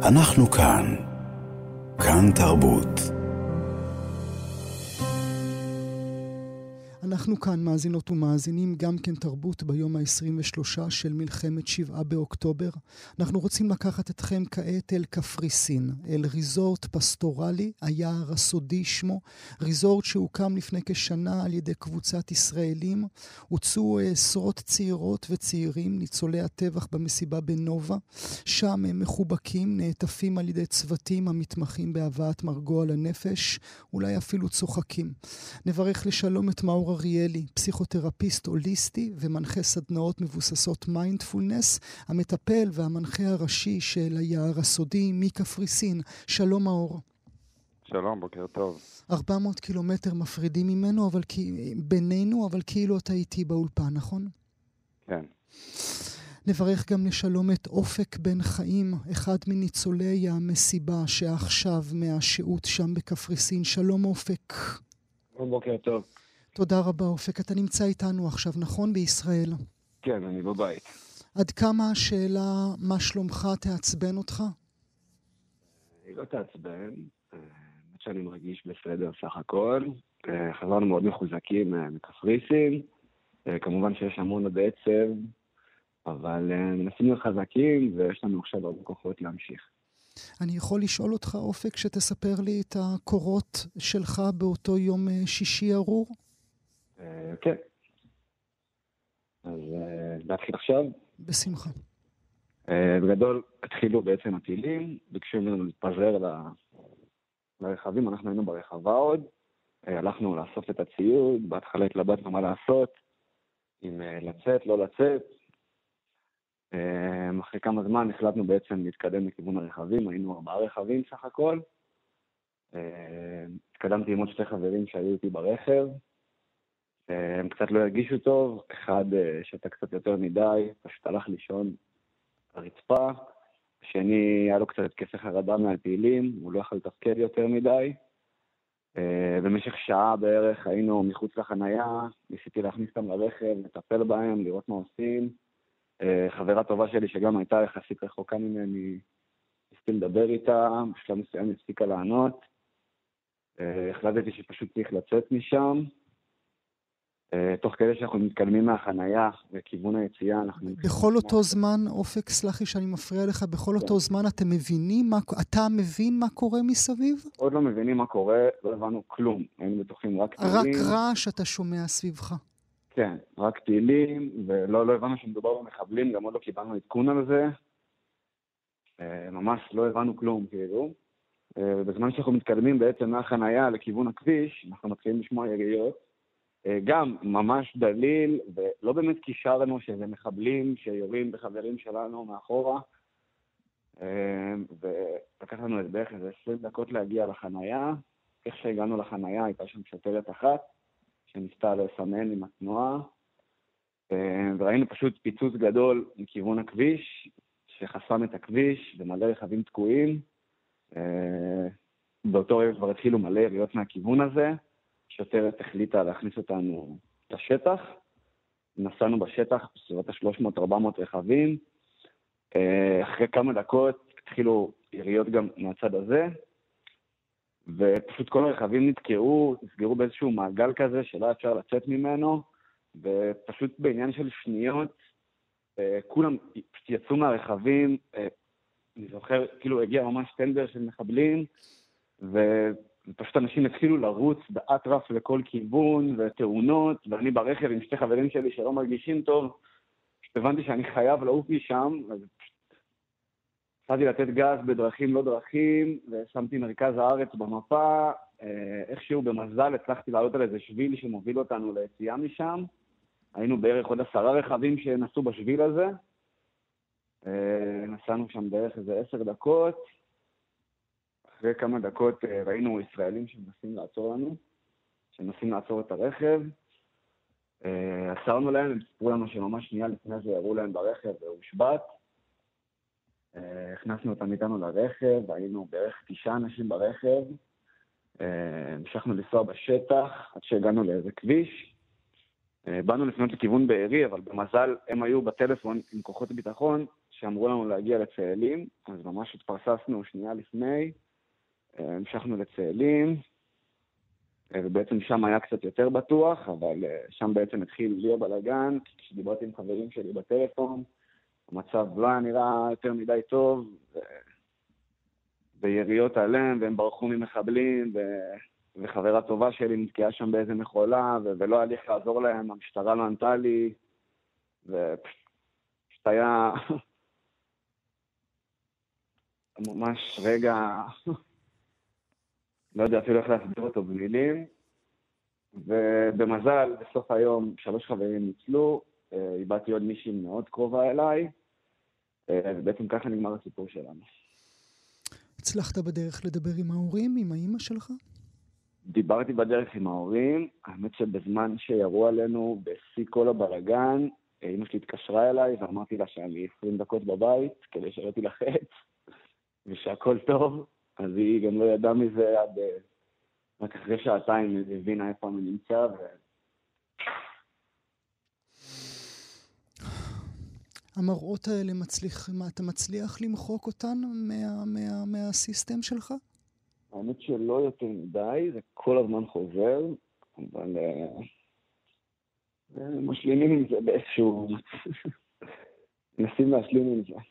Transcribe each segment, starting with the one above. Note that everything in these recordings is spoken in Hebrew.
אנחנו כאן. כאן תרבות. אנחנו כאן מאזינות ומאזינים גם כן תרבות ביום ה-23 של מלחמת 7 באוקטובר. אנחנו רוצים לקחת אתכם כעת אל קפריסין, אל ריזורט פסטורלי, היער הסודי שמו, ריזורט שהוקם לפני כשנה על ידי קבוצת ישראלים. הוצאו עשרות צעירות וצעירים, ניצולי הטבח במסיבה בנובה. שם הם מחובקים, נעטפים על ידי צוותים המתמחים בהבאת מרגוע לנפש, אולי אפילו צוחקים. נברך לשלום את מאור אריאלי, פסיכותרפיסט הוליסטי ומנחה סדנאות מבוססות מיינדפולנס, המטפל והמנחה הראשי של היער הסודי מקפריסין. שלום מאור. שלום, בוקר טוב. 400 קילומטר מפרידים ממנו, בינינו, אבל כאילו אתה איתי באולפן, נכון? כן. נברך גם לשלום את אופק בן חיים, אחד מניצולי המסיבה שעכשיו מהשהות שם בקפריסין. שלום אופק. בוקר טוב. תודה רבה אופק. אתה נמצא איתנו עכשיו, נכון? בישראל. כן, אני בבית. עד כמה השאלה מה שלומך תעצבן אותך? היא לא תעצבן. שאני מרגיש בסדר סך הכל. חזרנו מאוד מחוזקים מקפריסין. כמובן שיש המון עוד עצב, אבל מנסים להיות חזקים ויש לנו עכשיו הרבה כוחות להמשיך. אני יכול לשאול אותך אופק שתספר לי את הקורות שלך באותו יום שישי ארור? כן. אז להתחיל עכשיו? בשמחה. בגדול התחילו בעצם הטילים, ביקשו ממנו להתפזר לרכבים, אנחנו היינו ברחבה עוד, הלכנו לאסוף את הציוד, בהתחלה התלבטנו מה לעשות, אם לצאת, לא לצאת. אחרי כמה זמן החלטנו בעצם להתקדם לכיוון הרכבים, היינו 4 רכבים סך הכל. התקדמתי עם עוד 2 חברים שהיו איתי ברכב, הם קצת לא הרגישו טוב, אחד שתה קצת יותר מדי, פשוט הלך לישון הרצפה, השני היה לו קצת התקפי חרדה מהטילים, הוא לא יכול לתפקד יותר מדי. במשך שעה בערך היינו מחוץ לחנייה, ניסיתי להכניס אותם לרכב, לטפל בהם, לראות מה עושים. חברה טובה שלי שגם הייתה יחסית רחוקה ממני, ניסיתי לדבר איתה, בשלב מסוים הפסיקה לענות. החלטתי שפשוט צריך לצאת משם. תוך כדי שאנחנו מתקדמים מהחנייה וכיוון היציאה, בכל אותו זמן, אופק, סלחי שאני מפריע לך, בכל אותו זמן אתה מבין מה קורה מסביב? עוד לא מבינים מה קורה, לא הבנו כלום. היינו בטוחים רק טילים. רק רעש אתה שומע סביבך. כן, רק טילים, ולא הבנו שמדובר במחבלים, גם עוד לא קיבלנו עדכון על זה. ממש לא הבנו כלום, כאילו. בזמן שאנחנו מתקדמים בעצם מהחנייה לכיוון הכביש, אנחנו מתחילים לשמוע יריות. גם ממש דליל, ולא באמת קישרנו שזה מחבלים שיורים בחברים שלנו מאחורה. ולקח לנו בערך איזה 20 דקות להגיע לחנייה. איך שהגענו לחנייה הייתה שם שוטרת אחת, שניסתה לסמן עם התנועה, וראינו פשוט פיצוץ גדול מכיוון הכביש, שחסם את הכביש, ומלא רכבים תקועים. באותו רגע כבר התחילו מלא יריות מהכיוון הזה, שוטרת החליטה להכניס אותנו לשטח, נסענו בשטח בסביבות ה-300-400 רכבים, אחרי כמה דקות התחילו יריות גם מהצד הזה, ופשוט כל הרכבים נתקעו, נסגרו באיזשהו מעגל כזה שלא אפשר לצאת ממנו, ופשוט בעניין של שניות, כולם פשוט יצאו מהרכבים, אני זוכר, כאילו הגיע ממש טנדר של מחבלים, ופשוט אנשים התחילו לרוץ באטרף לכל כיוון, ותאונות, ואני ברכב עם 2 חברים שלי שלא מרגישים טוב, הבנתי שאני חייב לעוף משם, אז התחלתי לתת גז בדרכים לא דרכים, ושמתי מרכז הארץ במפה, איכשהו במזל הצלחתי לעלות על איזה שביל שמוביל אותנו ליציאה משם, היינו בערך עוד 10 רכבים שנסעו בשביל הזה, נסענו שם בערך איזה 10 דקות, אחרי כמה דקות ראינו ישראלים שמנסים לעצור לנו, שמנסים לעצור את הרכב, עצרנו להם, הם סיפרו לנו שממש שנייה לפני זה יראו להם ברכב והושבת, הכנסנו אותם איתנו לרכב, היינו בערך 9 אנשים ברכב, המשכנו לנסוע בשטח עד שהגענו לאיזה כביש, באנו לפנות לכיוון בארי, אבל במזל הם היו בטלפון עם כוחות ביטחון, שאמרו לנו להגיע לצאלים, אז ממש התפרססנו שנייה לפני, המשכנו לצאלים, ובעצם שם היה קצת יותר בטוח, אבל שם בעצם התחיל לי הבלגן, כשדיברתי עם חברים שלי בטלפון, המצב לא היה נראה יותר מדי טוב, ויריות עליהם, והם ברחו ממחבלים, וחברה טובה שלי נתקעה שם באיזה מכולה, ולא היה לי איך לעזור להם, המשטרה לא ענתה לי, ופשוט היה ממש רגע, לא יודע אפילו איך להסביר אותו במילים, ובמזל, בסוף היום 3 חברים ניצלו, איבדתי עוד מישהי מאוד קרובה אליי, ובעצם ככה נגמר הסיפור שלנו. הצלחת בדרך לדבר עם ההורים, עם האמא שלך? דיברתי בדרך עם ההורים, האמת שבזמן שירו עלינו בשיא כל הבלגן, אמא שלי התקשרה אליי ואמרתי לה שאני 20 דקות בבית כדי שלא תילחץ ושהכל טוב, אז היא גם לא ידעה מזה עד רק אחרי 2 שעתיים היא הבינה איפה אני נמצא. המראות האלה אתה מצליח למחוק אותן מהסיסטם שלך? האמת שלא יותר מדי, זה כל הזמן חוזר, אבל משלימים עם זה באיזשהו מנסים להשלים עם זה.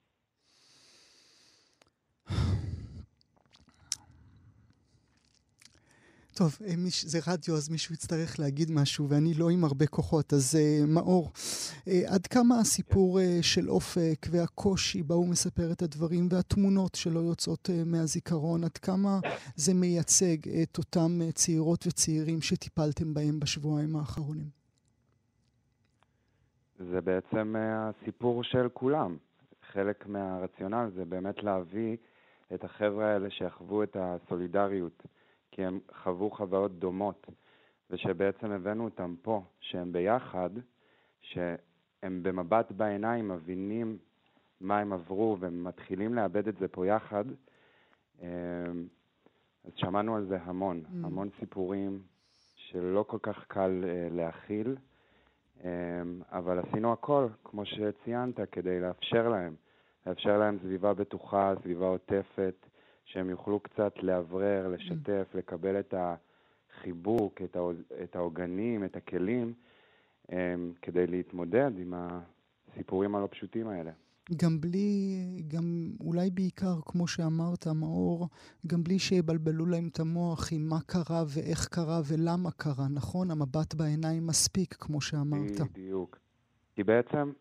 טוב, זה רדיו, אז מישהו יצטרך להגיד משהו, ואני לא עם הרבה כוחות. אז מאור, עד כמה הסיפור של אופק והקושי בה הוא מספר את הדברים, והתמונות שלא יוצאות מהזיכרון, עד כמה זה מייצג את אותם צעירות וצעירים שטיפלתם בהם בשבועיים האחרונים? זה בעצם הסיפור של כולם. חלק מהרציונל זה באמת להביא את החבר'ה האלה שיחוו את הסולידריות, כי הם חוו חוויות דומות, ושבעצם הבאנו אותם פה, שהם ביחד, שהם במבט בעיניים מבינים מה הם עברו, והם מתחילים לאבד את זה פה יחד. אז שמענו על זה המון סיפורים שלא כל כך קל להכיל, אבל עשינו הכל, כמו שציינת, כדי לאפשר להם סביבה בטוחה, סביבה עוטפת, שהם יוכלו קצת לעברר, לשתף, לקבל את החיבוק, את העוגנים, את הכלים, כדי להתמודד עם הסיפורים הלא פשוטים האלה. גם אולי בעיקר, כמו שאמרת, מאור, גם בלי שיבלבלו להם את המוח עם מה קרה ואיך קרה ולמה קרה, נכון? המבט בעיניים מספיק, כמו שאמרת. בדיוק. כי בעצם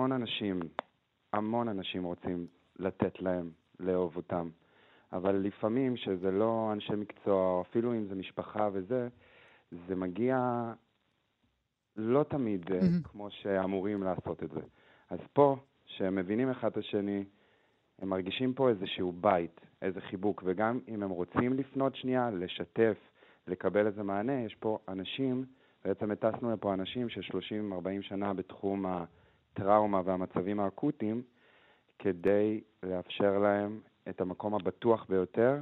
המון אנשים רוצים לתת להם, לאהוב אותם. אבל לפעמים שזה לא אנשי מקצוע, או אפילו אם זה משפחה וזה, זה מגיע לא תמיד כמו שאמורים לעשות את זה. אז פה, שהם מבינים אחד את השני, הם מרגישים פה איזשהו בית, איזה חיבוק, וגם אם הם רוצים לפנות שנייה, לשתף, לקבל איזה מענה, יש פה אנשים, בעצם הטסנו לפה אנשים ש30-40 שנה בתחום הטראומה והמצבים האקוטיים, כדי לאפשר להם את המקום הבטוח ביותר,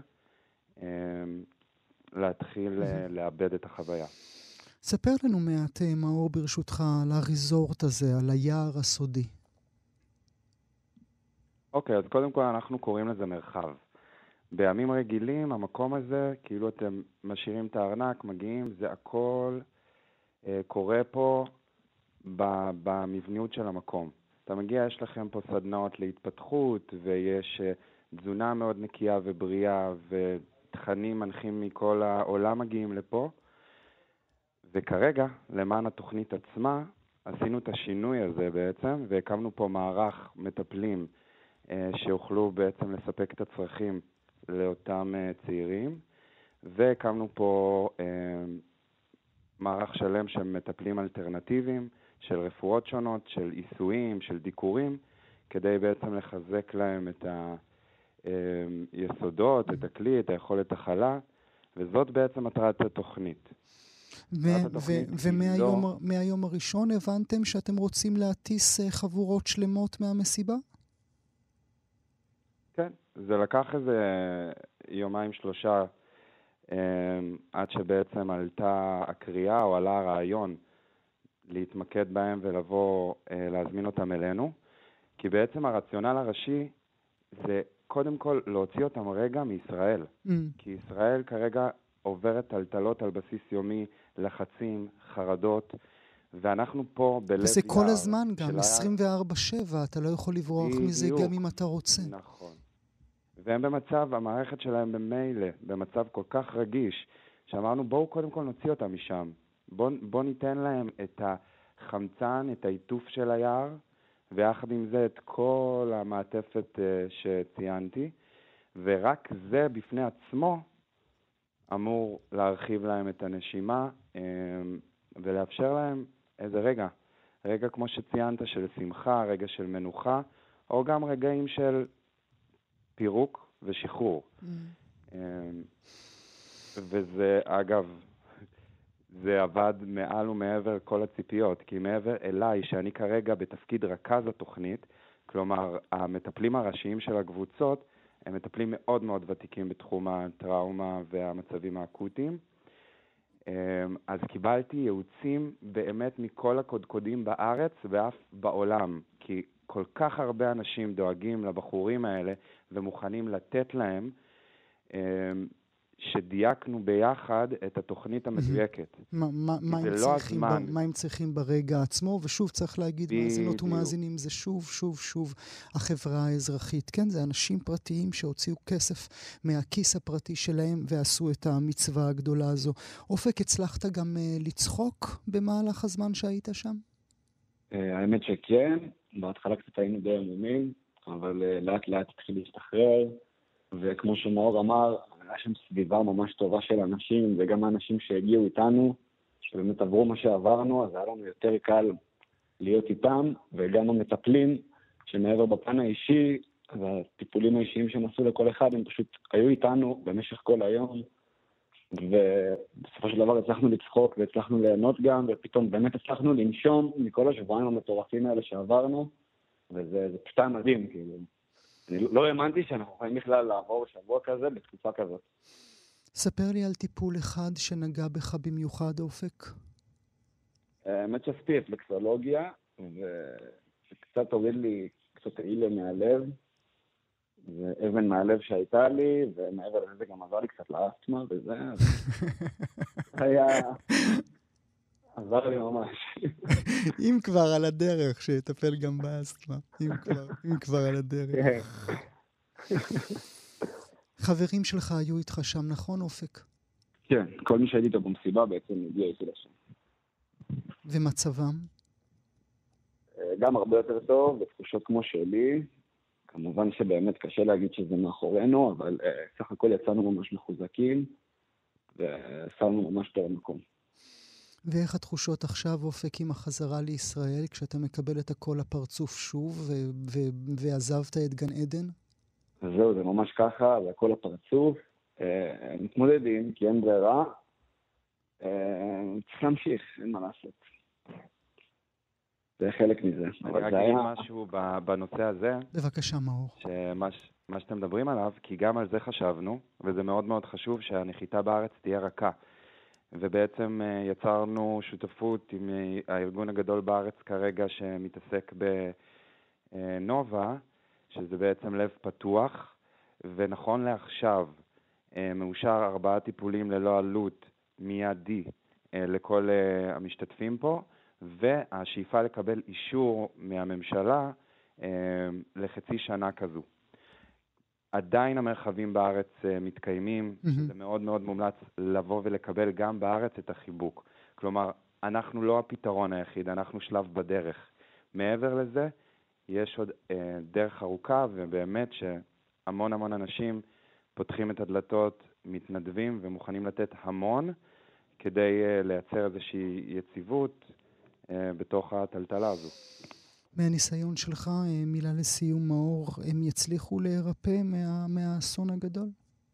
להתחיל לאבד את החוויה. ספר לנו מעט, מאור, ברשותך, על הריזורט הזה, על היער הסודי. אוקיי, אז קודם כל אנחנו קוראים לזה מרחב. בימים רגילים, המקום הזה, כאילו אתם משאירים את הארנק, מגיעים, זה הכל קורה פה במבניות של המקום. אתה מגיע, יש לכם פה סדנאות להתפתחות, ויש תזונה מאוד נקייה ובריאה, ותכנים מנחים מכל העולם מגיעים לפה. וכרגע, למען התוכנית עצמה, עשינו את השינוי הזה בעצם, והקמנו פה מערך מטפלים שיוכלו בעצם לספק את הצרכים לאותם צעירים, והקמנו פה מערך שלם של מטפלים אלטרנטיביים, של רפואות שונות, של עיסויים, של דיקורים, כדי בעצם לחזק להם את היסודות, את הכלי, את היכולת הכלה, וזאת בעצם מטרת התוכנית. ומהיום הראשון הבנתם שאתם רוצים להטיס חבורות שלמות מהמסיבה? כן, זה לקח איזה 2-3 עד שבעצם עלתה הקריאה או עלה הרעיון להתמקד בהם ולבוא להזמין אותם אלינו. כי בעצם הרציונל הראשי זה קודם כל להוציא אותם רגע מישראל. כי ישראל כרגע עוברת טלטלות על בסיס יומי, לחצים, חרדות, ואנחנו פה בלב יער. וזה כל הזמן גם, 24/7, אתה לא יכול לברוח מזה גם אם אתה רוצה. נכון. והם במצב, המערכת שלהם במילא, במצב כל כך רגיש, שאמרנו בואו קודם כל נוציא אותם משם. בואו ניתן להם את החמצן, את העיטוף של היער, ויחד עם זה את כל המעטפת שציינתי, ורק זה בפני עצמו אמור להרחיב להם את הנשימה ולאפשר להם איזה רגע כמו שציינת של שמחה, רגע של מנוחה, או גם רגעים של פירוק ושחרור. וזה אגב, זה עבד מעל ומעבר כל הציפיות, כי מעבר אליי, שאני כרגע בתפקיד רכז התוכנית, כלומר, המטפלים הראשיים של הקבוצות, הם מטפלים מאוד מאוד ותיקים בתחום הטראומה והמצבים האקוטיים. אז קיבלתי ייעוצים באמת מכל הקודקודים בארץ ואף בעולם, כי כל כך הרבה אנשים דואגים לבחורים האלה ומוכנים לתת להם, שדייקנו ביחד את התוכנית המדויקת. מה הם צריכים ברגע עצמו, ושוב צריך להגיד, מאזינות ומאזינים, זה שוב החברה האזרחית. כן, זה אנשים פרטיים שהוציאו כסף מהכיס הפרטי שלהם ועשו את המצווה הגדולה הזו. אופק, הצלחת גם לצחוק במהלך הזמן שהיית שם? האמת שכן, בהתחלה קצת היינו די עמומים, אבל לאט לאט התחיל להשתחרר, וכמו שמאור אמר, היה שם סביבה ממש טובה של אנשים, וגם האנשים שהגיעו איתנו, שבאמת עברו מה שעברנו, אז היה לנו יותר קל להיות איתם, וגם המטפלים, שמעבר בפן האישי, והטיפולים האישיים שהם עשו לכל אחד, הם פשוט היו איתנו במשך כל היום, ובסופו של דבר הצלחנו לצחוק, והצלחנו ליהנות גם, ופתאום באמת הצלחנו לנשום מכל השבועיים המטורפים האלה שעברנו, וזה פשוט מדהים, כאילו. אני לא האמנתי שאנחנו יכולים בכלל לעבור שבוע כזה בתקופה כזאת. ספר לי על טיפול אחד שנגע בך במיוחד, אופק. האמת שעשיתי רפלקסולוגיה, וקצת הוריד לי קצת העילה מהלב, ואבן מהלב שהייתה לי, ומעבר לזה גם עזר לי קצת לאסתמה, וזה היה... עזר לי ממש. אם כבר על הדרך, שתטפל גם באסתמה. אם כבר על הדרך. חברים שלך היו איתך שם, נכון, אופק? כן, כל מי שהייתי איתו במסיבה בעצם הגיע איתי לשם. ומצבם? גם הרבה יותר טוב, בתחושות כמו שלי. כמובן שבאמת קשה להגיד שזה מאחורינו, אבל סך הכל יצאנו ממש מחוזקים, ושמנו ממש טוב מקום. ואיך התחושות עכשיו, אופק, עם החזרה לישראל, כשאתה מקבל את הכל הפרצוף שוב, ועזבת את גן עדן? אז זהו, זה ממש ככה, זה הכל הפרצוף. מתמודדים, כי אין ברירה. צריך להמשיך, אין מה לעשות. זה חלק מזה. אני רק אגיד משהו בנושא הזה. בבקשה, מאור. מה שאתם מדברים עליו, כי גם על זה חשבנו, וזה מאוד מאוד חשוב שהנחיתה בארץ תהיה רכה. ובעצם יצרנו שותפות עם הארגון הגדול בארץ כרגע שמתעסק בנובה, שזה בעצם לב פתוח, ונכון לעכשיו מאושר 4 טיפולים ללא עלות מיידי לכל המשתתפים פה, והשאיפה לקבל אישור מהממשלה לחצי שנה כזו. עדיין המרחבים בארץ מתקיימים, שזה מאוד מאוד מומלץ לבוא ולקבל גם בארץ את החיבוק. כלומר, אנחנו לא הפתרון היחיד, אנחנו שלב בדרך. מעבר לזה, יש עוד דרך ארוכה, ובאמת שהמון אנשים פותחים את הדלתות, מתנדבים ומוכנים לתת המון, כדי לייצר איזושהי יציבות בתוך הטלטלה הזו. מהניסיון שלך, מילה לסיום, מאור, הם יצליחו להירפא מהאסון הגדול?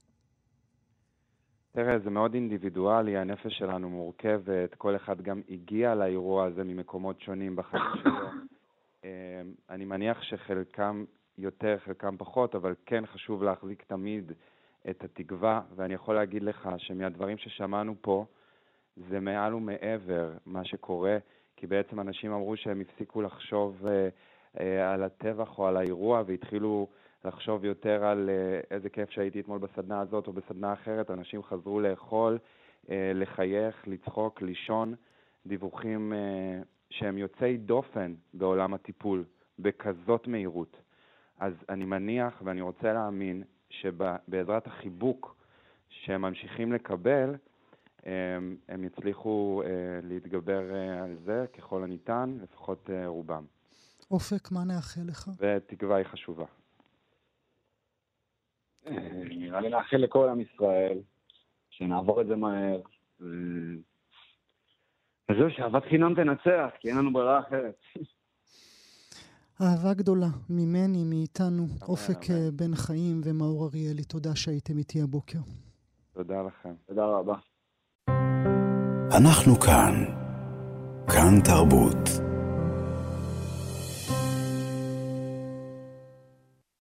תראה, זה מאוד אינדיבידואלי, הנפש שלנו מורכבת, כל אחד גם הגיע לאירוע הזה ממקומות שונים בחיים שלו. אני מניח שחלקם יותר, חלקם פחות, אבל כן חשוב להחזיק תמיד את התקווה, ואני יכול להגיד לך שמהדברים ששמענו פה, זה מעל ומעבר מה שקורה, כי בעצם אנשים אמרו שהם הפסיקו לחשוב על הטבח או על האירוע, והתחילו לחשוב יותר על איזה כיף שהייתי אתמול בסדנה הזאת או בסדנה אחרת. אנשים חזרו לאכול, לחייך, לצחוק, לישון, דיווחים שהם יוצאי דופן בעולם הטיפול, בכזאת מהירות. אז אני מניח ואני רוצה להאמין שבעזרת החיבוק שהם ממשיכים לקבל, הם יצליחו להתגבר על זה ככל הניתן, לפחות רובם. אופק, מה נאחל לך? ותקווה היא חשובה. נראה לי נאחל לכל עם ישראל, שנעבור את זה מהר, וזהו, שאהבת חינם תנצח, כי אין לנו ברירה אחרת. אהבה גדולה, ממני, מאיתנו, אופק בן חיים ומאור אריאלי, תודה שהייתם איתי הבוקר. תודה לכם. תודה רבה. אנחנו כאן. כאן תרבות.